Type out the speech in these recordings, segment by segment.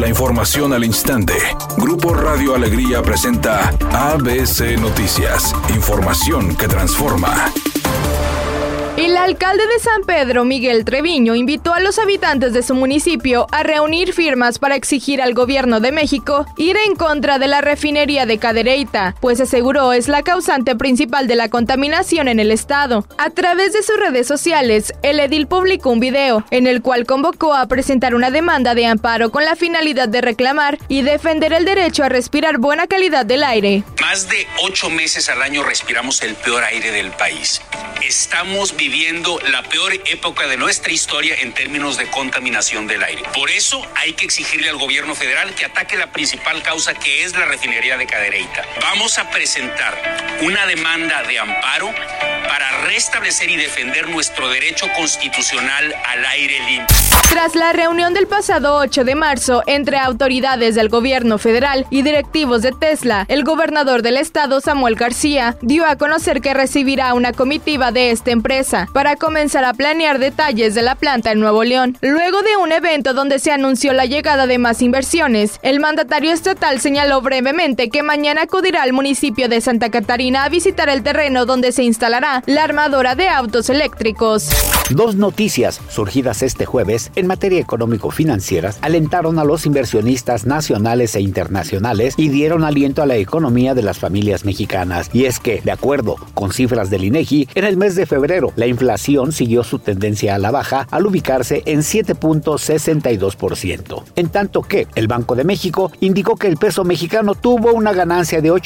La información al instante. Grupo Radio Alegría presenta ABC Noticias. Información que transforma. El alcalde de San Pedro, Miguel Treviño, invitó a los habitantes de su municipio a reunir firmas para exigir al gobierno de México ir en contra de la refinería de Cadereyta, pues aseguró es la causante principal de la contaminación en el estado. A través de sus redes sociales, el edil publicó un video en el cual convocó a presentar una demanda de amparo con la finalidad de reclamar y defender el derecho a respirar buena calidad del aire. Más de 8 meses al año respiramos el peor aire del país. Estamos viviendo la peor época de nuestra historia en términos de contaminación del aire. Por eso hay que exigirle al gobierno federal que ataque la principal causa, que es la refinería de Cadereyta. Vamos a presentar una demanda de amparo para restablecer y defender nuestro derecho constitucional al aire limpio. Tras la reunión del pasado 8 de marzo entre autoridades del gobierno federal y directivos de Tesla, el gobernador del estado, Samuel García, dio a conocer que recibirá una comitiva de esta empresa para comenzar a planear detalles de la planta en Nuevo León. Luego de un evento donde se anunció la llegada de más inversiones, el mandatario estatal señaló brevemente que mañana acudirá al municipio de Santa Catarina a visitar el terreno donde se instalará la armadora de autos eléctricos. Dos noticias surgidas este jueves en materia económico-financieras alentaron a los inversionistas nacionales e internacionales y dieron aliento a la economía de las familias mexicanas. Y es que, de acuerdo con cifras del INEGI, en el mes de febrero, la inflación siguió su tendencia a la baja al ubicarse en 7.62%. En tanto que el Banco de México indicó que el peso mexicano tuvo una ganancia de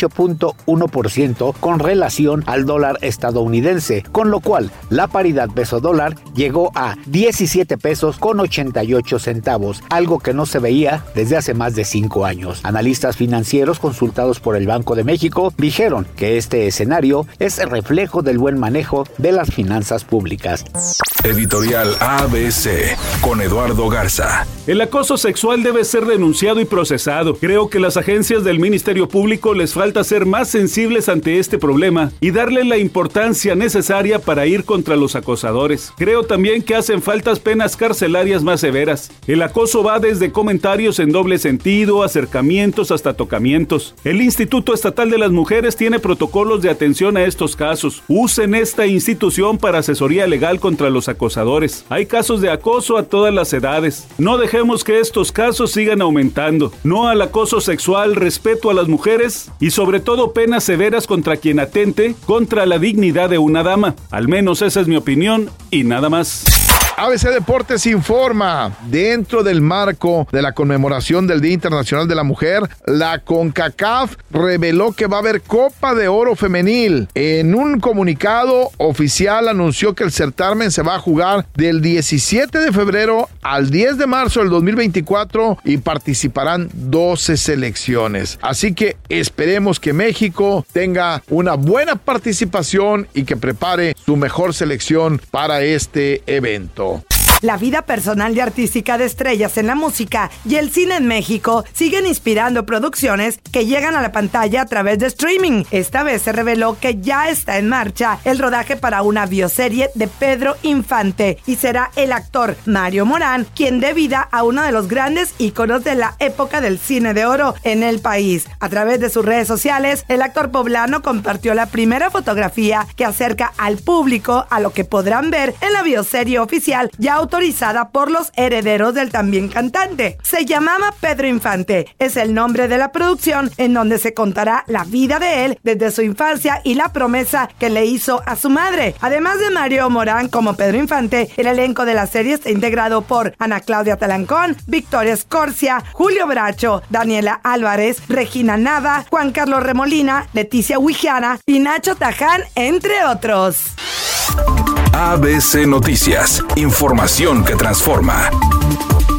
8.1% con relación al dólar estadounidense, con lo cual la paridad peso-dólar llegó a 17 pesos con 88 centavos, algo que no se veía desde hace más de 5 años. Analistas financieros consultados por el Banco de México dijeron que este escenario es el reflejo del buen manejo de las finanzas públicas. Editorial ABC con Eduardo Garza. El acoso sexual debe ser denunciado y procesado. Creo que las agencias del Ministerio Público les falta ser más sensibles ante este problema y darle la importancia necesaria para ir contra los acosadores. Creo también que hacen falta penas carcelarias más severas. El acoso va desde comentarios en doble sentido, acercamientos hasta tocamientos. El Instituto Estatal de las Mujeres tiene protocolos de atención a estos casos. Usen esta institución para asesoría legal contra los acosadores. Hay casos de acoso a todas las edades. No dejemos que estos casos sigan aumentando. No al acoso sexual, respeto a las mujeres y sobre todo penas severas contra quien atente contra la dignidad de una dama. Al menos esa es mi opinión y nada más. ABC Deportes informa, dentro del marco de la conmemoración del Día Internacional de la Mujer, la CONCACAF reveló que va a haber Copa de Oro Femenil. En un comunicado oficial anunció que el certamen se va a jugar del 17 de febrero al 10 de marzo del 2024 y participarán 12 selecciones. Así que esperemos que México tenga una buena participación y que prepare su mejor selección para este evento. La vida personal y artística de estrellas en la música y el cine en México siguen inspirando producciones que llegan a la pantalla a través de streaming. Esta vez se reveló que ya está en marcha el rodaje para una bioserie de Pedro Infante y será el actor Mario Morán quien dé vida a uno de los grandes íconos de la época del cine de oro en el país. A través de sus redes sociales, el actor poblano compartió la primera fotografía que acerca al público a lo que podrán ver en la bioserie oficial ya autorizada por los herederos del también cantante. Se llamaba Pedro Infante, es el nombre de la producción en donde se contará la vida de él desde su infancia y la promesa que le hizo a su madre. Además de Mario Morán como Pedro Infante, el elenco de la serie está integrado por Ana Claudia Talancón, Victoria Escorcia, Julio Bracho, Daniela Álvarez, Regina Nava, Juan Carlos Remolina, Leticia Huijara y Nacho Taján, entre otros. ABC Noticias, información que transforma.